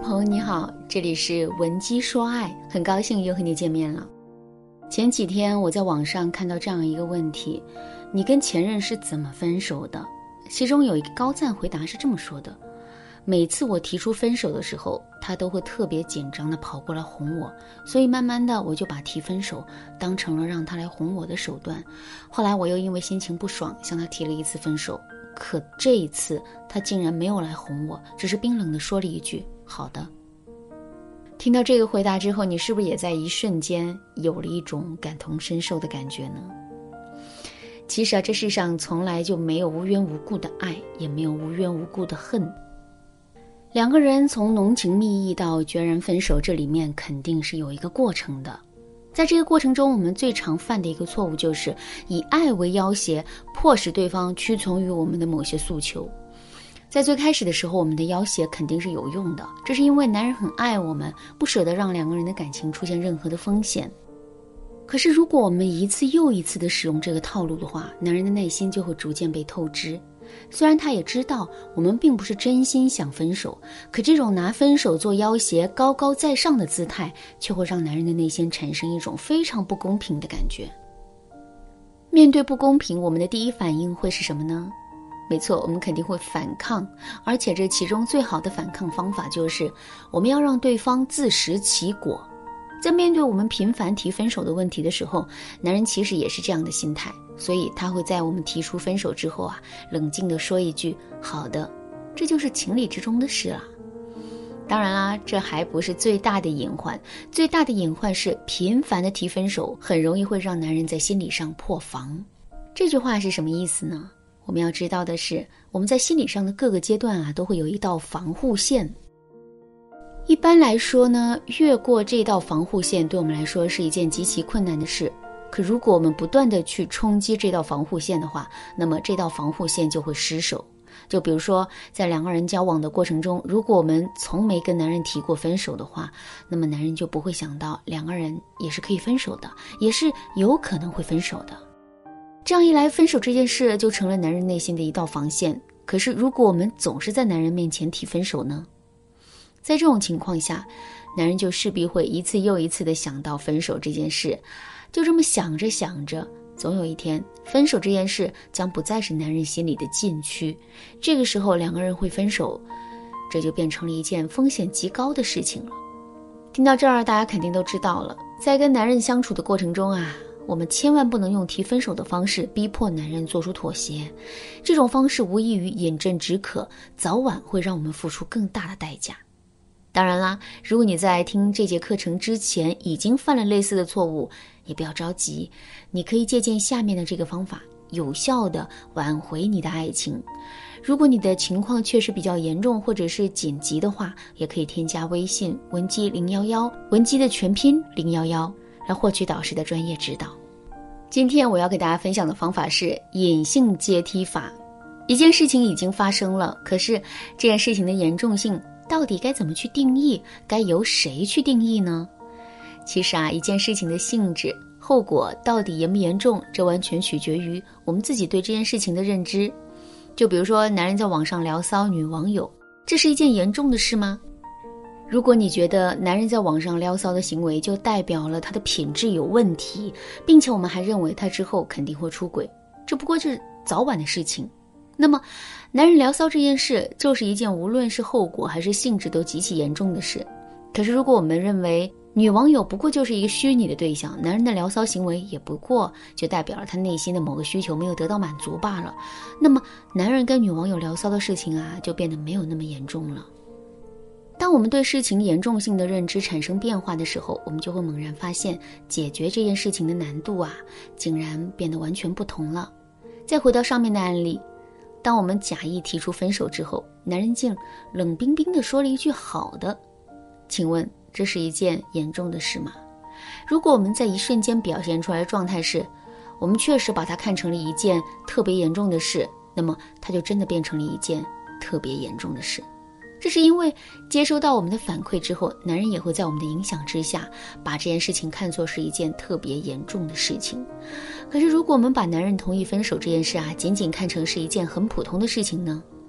朋友你好，这里是文姬说爱，很高兴又和你见面了。前几天我在网上看到这样一个问题，你跟前任是怎么分手的？其中有一个高赞回答是这么说的：每次我提出分手的时候，他都会特别紧张地跑过来哄我，所以慢慢的我就把提分手当成了让他来哄我的手段。后来我又因为心情不爽向他提了一次分手，可这一次他竟然没有来哄我，只是冰冷地说了一句好的。听到这个回答之后，你是不是也在一瞬间有了一种感同身受的感觉呢？其实这世上从来就没有无缘无故的爱，也没有无缘无故的恨。两个人从浓情蜜意到决然分手，这里面肯定是有一个过程的。在这个过程中，我们最常犯的一个错误就是以爱为要挟，迫使对方屈从于我们的某些诉求。在最开始的时候，我们的要挟肯定是有用的，这是因为男人很爱我们，不舍得让两个人的感情出现任何的风险。可是如果我们一次又一次的使用这个套路的话，男人的内心就会逐渐被透支。虽然他也知道我们并不是真心想分手，可这种拿分手做要挟、高高在上的姿态，却会让男人的内心产生一种非常不公平的感觉。面对不公平，我们的第一反应会是什么呢？没错，我们肯定会反抗，而且这其中最好的反抗方法就是我们要让对方自食其果。在面对我们频繁提分手的问题的时候，男人其实也是这样的心态，所以他会在我们提出分手之后冷静地说一句好的，这就是情理之中的事了。当然啦，这还不是最大的隐患，最大的隐患是频繁的提分手很容易会让男人在心理上破防。这句话是什么意思呢？我们要知道的是，我们在心理上的各个阶段都会有一道防护线。一般来说呢，越过这道防护线对我们来说是一件极其困难的事。可如果我们不断地去冲击这道防护线的话，那么这道防护线就会失守。就比如说在两个人交往的过程中，如果我们从没跟男人提过分手的话，那么男人就不会想到两个人也是可以分手的，也是有可能会分手的。这样一来，分手这件事就成了男人内心的一道防线。可是如果我们总是在男人面前提分手呢？在这种情况下，男人就势必会一次又一次地想到分手这件事，就这么想着想着，总有一天分手这件事将不再是男人心里的禁区。这个时候两个人会分手，这就变成了一件风险极高的事情了。听到这儿，大家肯定都知道了，在跟男人相处的过程中我们千万不能用提分手的方式逼迫男人做出妥协，这种方式无异于饮鸩止渴，早晚会让我们付出更大的代价。当然啦，如果你在听这节课程之前已经犯了类似的错误，也不要着急，你可以借鉴下面的这个方法，有效地挽回你的爱情。如果你的情况确实比较严重或者是紧急的话，也可以添加微信文姬011，文姬的全拼011，来获取导师的专业指导。今天我要给大家分享的方法是隐性阶梯法。一件事情已经发生了，可是这件事情的严重性到底该怎么去定义？该由谁去定义呢？其实一件事情的性质、后果到底严不严重，这完全取决于我们自己对这件事情的认知。就比如说男人在网上聊骚女网友，这是一件严重的事吗？如果你觉得男人在网上撩骚的行为就代表了他的品质有问题，并且我们还认为他之后肯定会出轨，这不过是早晚的事情，那么男人聊骚这件事就是一件无论是后果还是性质都极其严重的事。可是如果我们认为女网友不过就是一个虚拟的对象，男人的聊骚行为也不过就代表了他内心的某个需求没有得到满足罢了，那么男人跟女网友聊骚的事情就变得没有那么严重了。当我们对事情严重性的认知产生变化的时候，我们就会猛然发现解决这件事情的难度竟然变得完全不同了。再回到上面的案例，当我们假意提出分手之后，男人竟冷冰冰地说了一句好的，请问这是一件严重的事吗？如果我们在一瞬间表现出来的状态是我们确实把它看成了一件特别严重的事，那么它就真的变成了一件特别严重的事。这是因为接收到我们的反馈之后，男人也会在我们的影响之下把这件事情看作是一件特别严重的事情。可是如果我们把男人同意分手这件事仅仅看成是一件很普通的事情呢？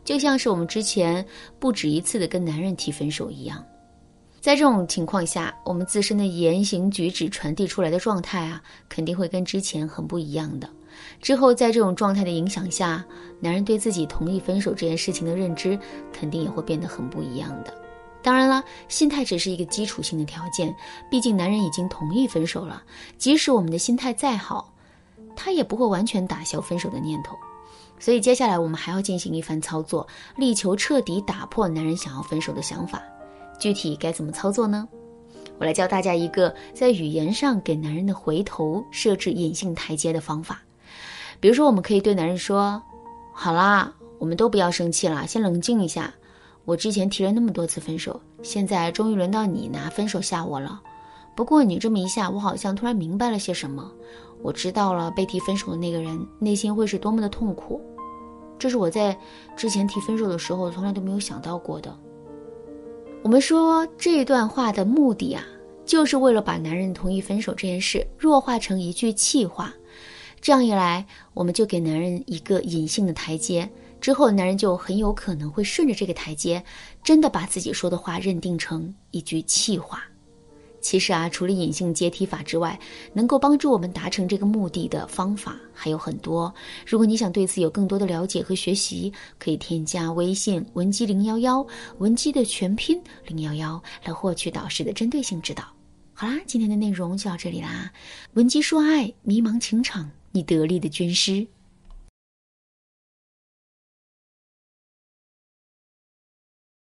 就像是我们之前不止一次的跟男人提分手一样。在这种情况下，我们自身的言行举止传递出来的状态肯定会跟之前很不一样的。之后在这种状态的影响下，男人对自己同意分手这件事情的认知肯定也会变得很不一样的。当然了，心态只是一个基础性的条件，毕竟男人已经同意分手了，即使我们的心态再好，他也不会完全打消分手的念头。所以接下来我们还要进行一番操作，力求彻底打破男人想要分手的想法。具体该怎么操作呢？我来教大家一个在语言上给男人的回头设置隐性台阶的方法。比如说，我们可以对男人说，好啦，我们都不要生气了，先冷静一下。我之前提了那么多次分手，现在终于轮到你拿分手吓我了。不过你这么一下，我好像突然明白了些什么。我知道了被提分手的那个人内心会是多么的痛苦，这是我在之前提分手的时候从来都没有想到过的。我们说这段话的目的就是为了把男人同意分手这件事弱化成一句气话。这样一来，我们就给男人一个隐性的台阶，之后男人就很有可能会顺着这个台阶，真的把自己说的话认定成一句气话。其实除了隐性阶梯法之外，能够帮助我们达成这个目的的方法还有很多。如果你想对此有更多的了解和学习，可以添加微信文姬011，文姬的全拼011，来获取导师的针对性指导。好啦，今天的内容就到这里啦。文姬说爱，迷茫情场，你得力的军师。